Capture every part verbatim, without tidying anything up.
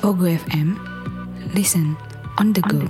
Pogo F M, listen on the go.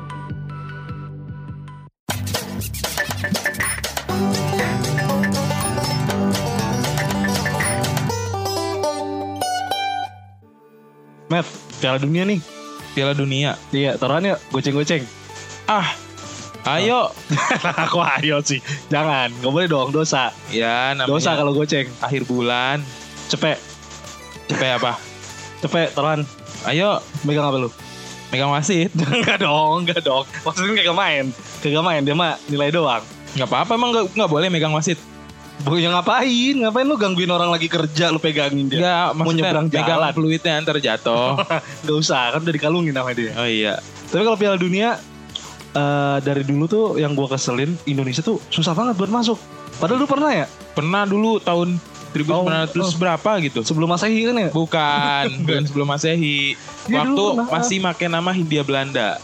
Matt, Piala Dunia nih. Piala Dunia. Iya, taruhannya goceng-goceng. Ah, ayo. Aku ayo sih. Jangan, gak boleh dong, dosa. Ya, namanya Dosa kalau goceng. akhir bulan. Cepet, Cepet apa? cepet, taruhan. Ayo, Megang apa lu? megang wasit. Enggak dong, enggak dong. Maksudnya kagak main. Kagak main, dia mah nilai doang. Nggak apa-apa, emang nggak nggak boleh megang wasit. Bukannya ngapain? Ngapain lu gangguin orang lagi kerja, lu pegangin dia? Nggak, Mau maksudnya nyebrang megang jalan. fluidnya ntar jatuh. Gak usah, kan udah dikalungin sama dia. Oh iya. Tapi kalau Piala Dunia, eh, dari dulu tuh yang gua keselin, Indonesia tuh susah banget buat masuk. Padahal lu pernah ya? Pernah dulu tahun seribu sembilan ratus Oh, oh. berapa gitu. Sebelum Masehi kan ya? Bukan, bukan sebelum Masehi. Iya, Waktu dulu pernah. masih pakai nama Hindia Belanda.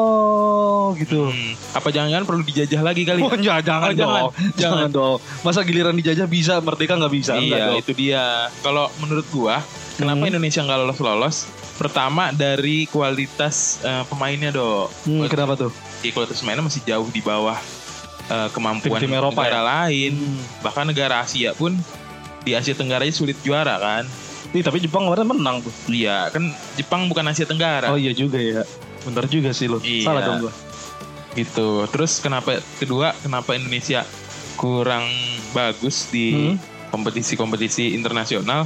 Oh, gitu. Hmm. Apa jangan-jangan perlu dijajah lagi kali? Oh, jangan, jangan, Oh, dong. jangan. Jangan. Jangan. dong. Masa giliran dijajah bisa, merdeka nggak bisa? Enggak Iya, dong. itu dia. Kalau menurut gua, kenapa Hmm. Indonesia nggak lolos-lolos? Pertama dari kualitas eh, pemainnya, Dok. Hmm, kenapa tuh? Di kualitas pemainnya masih jauh di bawah eh, kemampuan Tim-tim Eropa negara ya? lain. Hmm. Bahkan negara Asia pun di Asia Tenggara aja sulit juara kan. Ih, tapi Jepang kemarin menang tuh. Iya, kan Jepang bukan Asia Tenggara. Oh iya juga ya. Bener juga sih lu. Iya. Salah dong gua. Gitu. Terus kenapa kedua, kenapa Indonesia kurang bagus di Hmm. kompetisi-kompetisi internasional?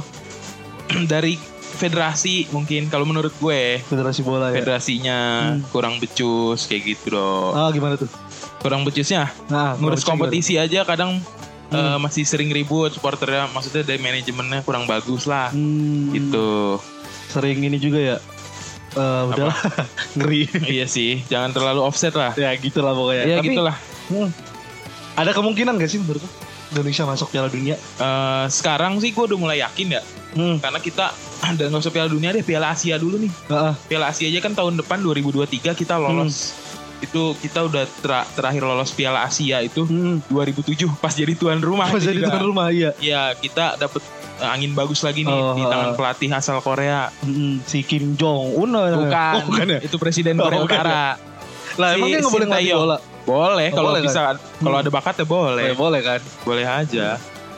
Dari federasi mungkin kalau menurut gue. Federasi bola ya. Federasinya Hmm. kurang becus kayak gitu dong. Ah, gimana tuh? Kurang becusnya Nah, ngurus kalau kompetisi aja kadang Hmm. eh, masih sering ribut supporternya, maksudnya dari manajemennya kurang bagus lah. Hmm, Gitu. Sering ini juga ya. Eh, udahlah. Ngeri. Iya sih, jangan terlalu offset lah. Ya gitulah pokoknya. Iya Tapi, gitulah. hmm, ada kemungkinan gak sih menurut lu Indonesia masuk Piala Dunia? Eh, sekarang sih gue udah mulai yakin ya, Hmm. karena kita ada nggak usah Piala Dunia deh, Piala Asia dulu nih. Heeh. Piala Asia aja kan tahun depan dua ribu dua puluh tiga kita lolos. Itu kita udah ter- terakhir lolos Piala Asia itu Hmm. dua ribu tujuh pas jadi tuan rumah. Pas itu jadi juga. tuan rumah iya. Ya kita dapet eh, angin bagus lagi nih Oh, di tangan uh. pelatih asal Korea. Hmm, si Kim Jong Un. Bukan, Oh, bukan ya? itu presiden Oh, Korea bukan Utara. Lah Si emang dia nggak boleh Shin ngelatih Tae-yong. bola? Boleh Oh, kalau boleh kan? bisa, kalau Hmm. ada bakat ya boleh. Boleh, boleh kan? Boleh aja.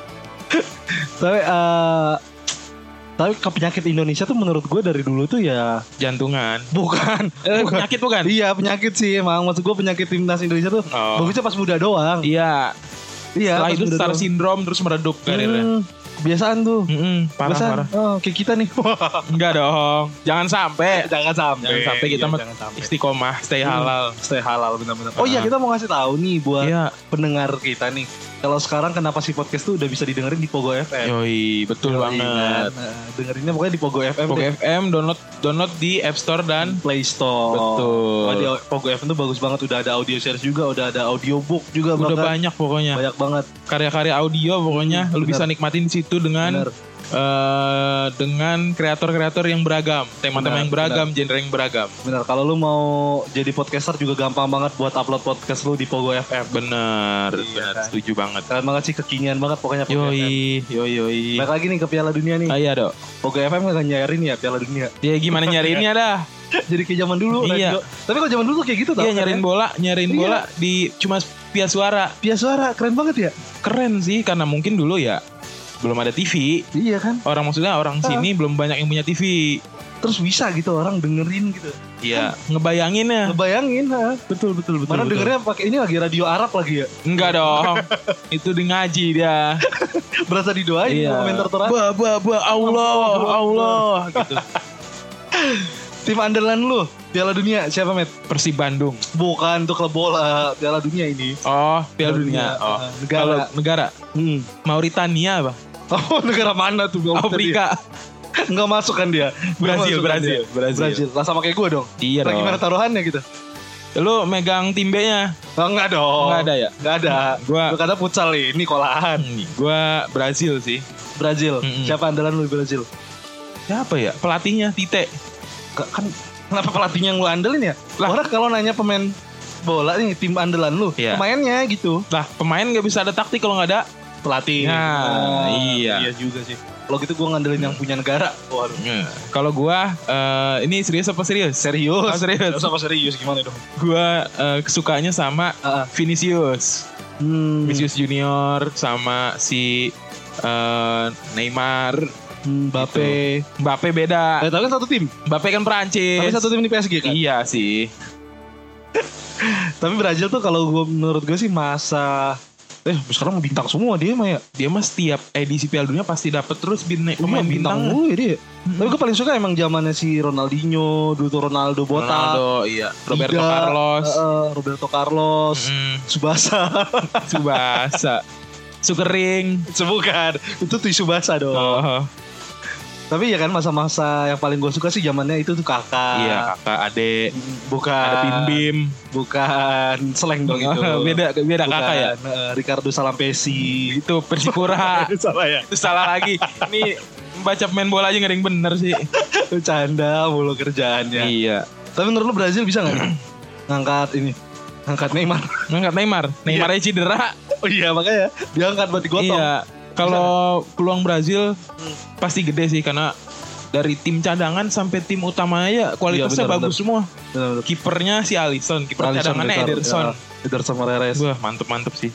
Tapi eh tapi ke penyakit Indonesia tuh menurut gue dari dulu tuh ya Jantungan. bukan. Eh, Bukan. penyakit bukan? Iya penyakit sih emang. Maksud gue penyakit timnas Indonesia tuh Oh. bagusnya pas muda doang. Iya. Iya. Setelah pas itu muda star doang. syndrome terus meredup karirnya. Hmm, kebiasaan tuh. Mm-mm, parah Kebiasaan. parah. Oh, kayak kita nih. Enggak dong. Jangan sampai. jangan sampai. Jangan sampai kita Iya, mah jangan sampai. istiqomah, stay Hmm. halal. Stay halal benar-benar. Oh iya Ah. kita mau ngasih tahu nih buat Iya. pendengar kita nih. Kalau sekarang kenapa si podcast tuh udah bisa didengerin di Pogo F M. Yoi, betul Yoi, banget. kan. Nah, dengerinnya pokoknya di Pogo F M. Pogo deh. F M download download di App Store dan Play Store. Betul. Wah, di Pogo F M tuh bagus banget. Udah ada audio series juga, udah ada audiobook juga. udah bahkan. banyak pokoknya. Banyak banget. Karya-karya audio pokoknya Hmm, lu bisa benar. nikmatin di situ dengan Bener. eh, dengan kreator-kreator yang beragam, tema-tema Benar, yang beragam, genre yang beragam. Bener. Kalau lu mau jadi podcaster juga gampang banget buat upload podcast lu di Pogo F M. Bener, Iya, bener, kan. setuju banget. Keren banget sih, kekinian banget pokoknya Pogo F M. Yoi, yoi, yoi. Balik lagi nih ke Piala Dunia nih. Ah, iya dok. Pogo F M gak nyarin ya Piala Dunia. Ya gimana nyariinnya dah? Jadi kayak zaman dulu. Iya. radio. Tapi kalau zaman dulu tuh kayak gitu tau. Iya nyariin bola, nyariin Iya. bola di cuma via suara. Via suara. Keren banget ya. Keren sih karena mungkin dulu ya belum ada T V. Iya kan. Orang maksudnya orang Ah. sini belum banyak yang punya T V. Terus bisa gitu orang dengerin gitu. Iya, ngebayangin ya. Ngebayangin ha. Betul betul betul. Mana betul. dengernya pakai ini lagi radio Arab lagi ya. Enggak dong. Itu di ngaji dia. Berasa didoain Iya. komentar Torah. Ba ba ba Allah, Allah gitu. Tim andalan lu Piala Dunia siapa, Met? Persib Bandung. Bukan tuh klub bola, Piala Dunia ini. Oh, Piala Piala Dunia. Dunia. Oh, Ah, negara. Kalau negara Hmm. Mauritania apa? Oh, negara mana tuh? Gak Afrika. Enggak masuk kan dia. Nggak Brazil, masuk kan Brazil, dia. Brazil. Brazil. Lah sama kayak gue dong. Iya Nah, dong. gimana taruhannya gitu? Lu megang tim B-nya? Oh, enggak dong. Enggak ada ya? Enggak ada. Gua- Gua kata futsal ini kolahan. Hmm, gua Brazil sih. Brazil. Mm-mm. Siapa andalan lu di Brazil? Siapa ya? Pelatihnya Tite. Ka- Kan kenapa pelatihnya yang lu andelin ya? Lah. Orang kalau nanya pemain bola nih tim andalan lu, Iya. pemainnya gitu. Lah, pemain nggak bisa ada taktik kalau nggak ada Pelatih. Nah, iya. Iya Iya juga sih. Kalau gitu gue ngandelin yang punya negara. Waduh. Nah, kalau gua eh, ini serius apa serius? Serius. Oh, serius. Sama serius gimana dong? Gua eh, sukanya sama Ah, ah. Vinicius. Hmm. Vinicius Junior sama si eh, Neymar. Hmm, Mbappe. Mbappe beda. Eh, tapi kan satu tim. Mbappe kan Prancis. Tapi satu tim di P S G kan. Iya sih. Tapi Brazil tuh kalau gue menurut gue sih masa eh sekarang bintang semua dia mah ya. Dia mah setiap edisi Piala Dunia pasti dapat terus bin- pemain Iya, bintang. mulu ya dia. Tapi gue paling suka emang zamannya si Ronaldinho, dulu tuh Ronaldo botak. Ronaldo, iya. Roberto Tiga, Carlos. eh, eh, Roberto Carlos, Mm, Tsubasa. Tsubasa. Sukering. Bukan, itu tisu basah dong. Oh, Tapi ya kan masa-masa yang paling gue suka sih zamannya itu tuh kakak. iya, kakak, adek, Bukan. ada Bim Bim. Bukan seleng dong itu. beda beda Bukan, kakak ya. eh, Ricardo Salampesi. Itu Persipura. Salah ya. Itu salah lagi. Ini baca pemain bola aja gak ada yang bener sih. Bercanda mulu kerjaannya. Iya. Tapi menurut lu Brazil bisa gak ngangkat ini? Ngangkat Neymar. Ngangkat Neymar. Neymar aja cedera. Oh iya makanya dia angkat buat digotong. Iya. Kalau peluang Brazil pasti gede sih karena dari tim cadangan sampai tim utamanya kualitasnya Iya, benar, bagus semua. Benar-benar. Kipernya si Alisson, kiper Alisson, cadangannya Ricardo, Ederson. ya, Ederson Moreres. Wah, mantep-mantep sih.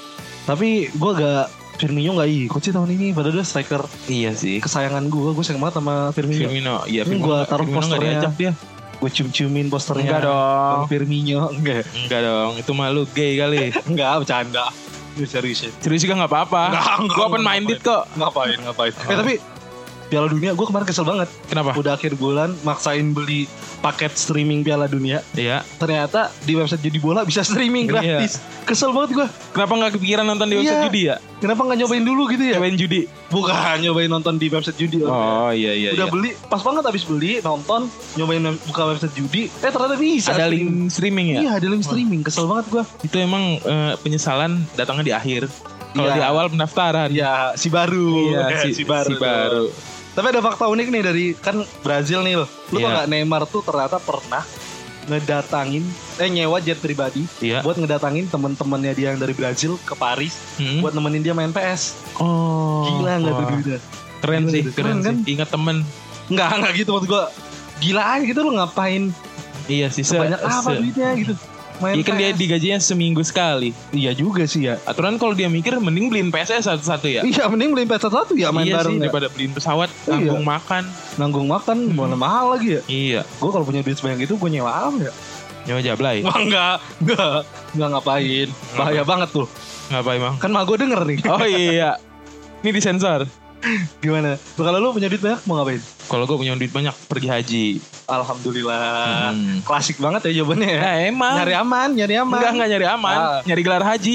Tapi gue agak Firmino gak ikut sih tahun ini. Padahal dia striker Iya sih. kesayangan gue. Gue sayang banget sama Firmino. Firmino, iya Ini Firmino. gua taruh Firmino nggak posternya. diajak dia. Gue cium-ciumin posternya. Enggak dong. Firmino. Enggak. Enggak dong, itu malu gay kali. Enggak, bercanda. Ini serius ya. Serius juga nggak apa-apa. Enggak, enggak, Gue open enggak, minded ngapain. kok. Ngapain, ngapain. Eh tapi Piala Dunia gue kemarin kesel banget. Kenapa? Udah akhir bulan maksain beli paket streaming Piala Dunia. Iya. Ternyata di website Judi Bola bisa streaming Iya. gratis. Kesel banget gue. Kenapa nggak kepikiran nonton di website Iya. judi ya? Kenapa gak nyobain dulu gitu ya? Cobain judi. Bukan nyobain nonton di website judi. Oh iya iya. Udah iya. beli, pas banget abis beli, nonton, nyobain buka website judi. Eh ternyata bisa. Ada streaming. link streaming ya? Iya ada link streaming. Kesel banget gue. Itu emang eh, penyesalan datangnya di akhir. Kalau Iya. di awal pendaftaran. Iya si baru. Iya, Eh, si, si baru. si baru. Tapi ada fakta unik nih dari kan Brazil nih loh. Lu Iya. tau gak Neymar tuh ternyata pernah ngedatangin eh nyewa jet pribadi Iya. buat ngedatangin temen-temennya dia yang dari Brazil ke Paris Hmm. buat nemenin dia main P S. Oh. Gila nggak tuh wah. duitnya? Keren Gila sih, tuh, keren, keren kan? sih. Ingat temen. Nggak nggak gitu maksud gua. Gila aja gitu lu ngapain Iya sih. Se, banyak apa se- duitnya gitu. Main Iya kan P S. dia digajinya seminggu sekali. Iya juga sih ya. Aturan kalau dia mikir mending beliin P S S satu-satu ya. Iya mending beliin P S satu ya main iya bareng sih ya. daripada beliin pesawat, Iya. tanggung makan. Nanggung makan mana mahal lagi ya. Iya. Gua kalau punya duit sebanyak itu gua nyewa alam ya. Nyawa jablay. Wah enggak, enggak, enggak ngapain. Bahaya banget tuh. Ngapain bang? Kan mah gue denger nih. Oh iya. Ini disensor. Gimana? Tuh, kalau lu punya duit banyak mau ngapain? Kalau gue punya duit banyak pergi haji. Alhamdulillah. Hmm. Klasik banget ya jawabannya ya. Nah emang. Nyari aman, nyari aman. Enggak enggak nyari aman, Ah. nyari gelar haji.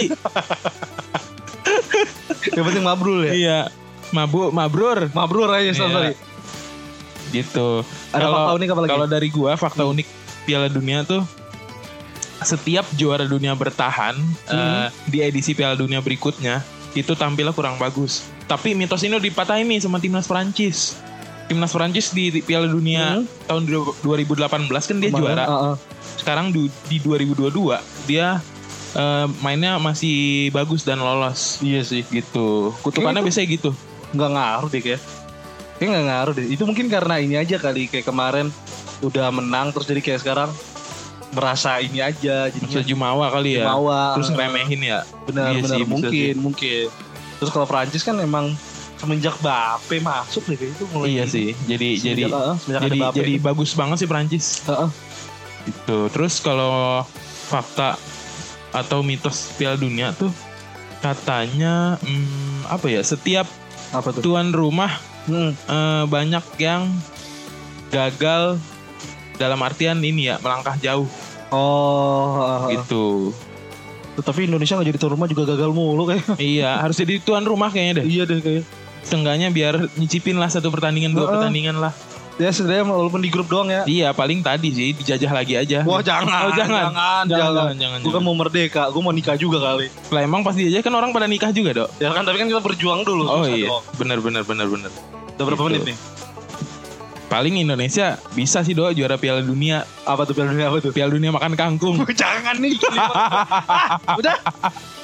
Yang penting mabrul ya. Iya. Mabu, mabrur. Mabrur aja Iya. sorry. Gitu. Ada Kalau- fakta unik apa lagi? Kalau dari gua fakta unik Piala Dunia tuh setiap juara dunia bertahan Hmm. eh, di edisi Piala Dunia berikutnya itu tampilnya kurang bagus. Tapi mitos ini udah dipatahin nih sama timnas Prancis. Timnas Prancis di, di Piala Dunia Hmm. tahun dua ribu delapan belas kan dia Kemarin, juara. uh, uh. Sekarang du- di dua ribu dua puluh dua dia eh, mainnya masih bagus dan lolos. Iya sih. Gitu. Kutukannya Kayaknya biasanya gitu. Nggak ngaruh deh kayak. Kayak nggak ngaruh deh. Itu mungkin karena ini aja kali. Kayak kemarin udah menang terus jadi kayak sekarang merasa ini aja. Bisa Jadinya jumawa kali ya. Jumawa. Terus ngeremehin ya. benar Iya benar sih, bisa mungkin sih. mungkin. Terus kalau Prancis kan emang semenjak Mbappe masuk deh kayak itu mulai. Iya sih. Jadi jadi Semenjak, uh, semenjak jadi ada Mbappe. jadi bagus banget sih Prancis. Uh, uh. Gitu. Terus kalau fakta atau mitos Piala Dunia tuh katanya hmm, apa ya? Setiap Apa tuh? tuan rumah Hmm. eh, banyak yang gagal dalam artian ini ya melangkah jauh Oh, uh, uh. gitu. Tapi Indonesia nggak jadi tuan rumah juga gagal mulu kayak. Iya, harus jadi tuan rumah kayaknya deh. Iya deh kayak. Seenggaknya biar nyicipin lah satu pertandingan dua Heeh. pertandingan lah. Ya sebenarnya walaupun di grup doang ya. Iya, paling tadi sih dijajah lagi aja. Wah jangan, Oh, jangan. jangan, Jangan, jangan. jangan, jangan, Gue kan jangan. mau merdeka, gue mau nikah juga kali. Lah emang pas dijajah kan orang pada nikah juga, Dok. Ya kan, tapi kan kita berjuang dulu. Oh susah iya, dong. benar benar benar benar. Udah berapa Gitu. menit nih? Paling Indonesia bisa sih doa juara Piala Dunia. Apa tuh Piala Dunia apa tuh? Piala Dunia makan kangkung. Jangan nih. Ah, udah.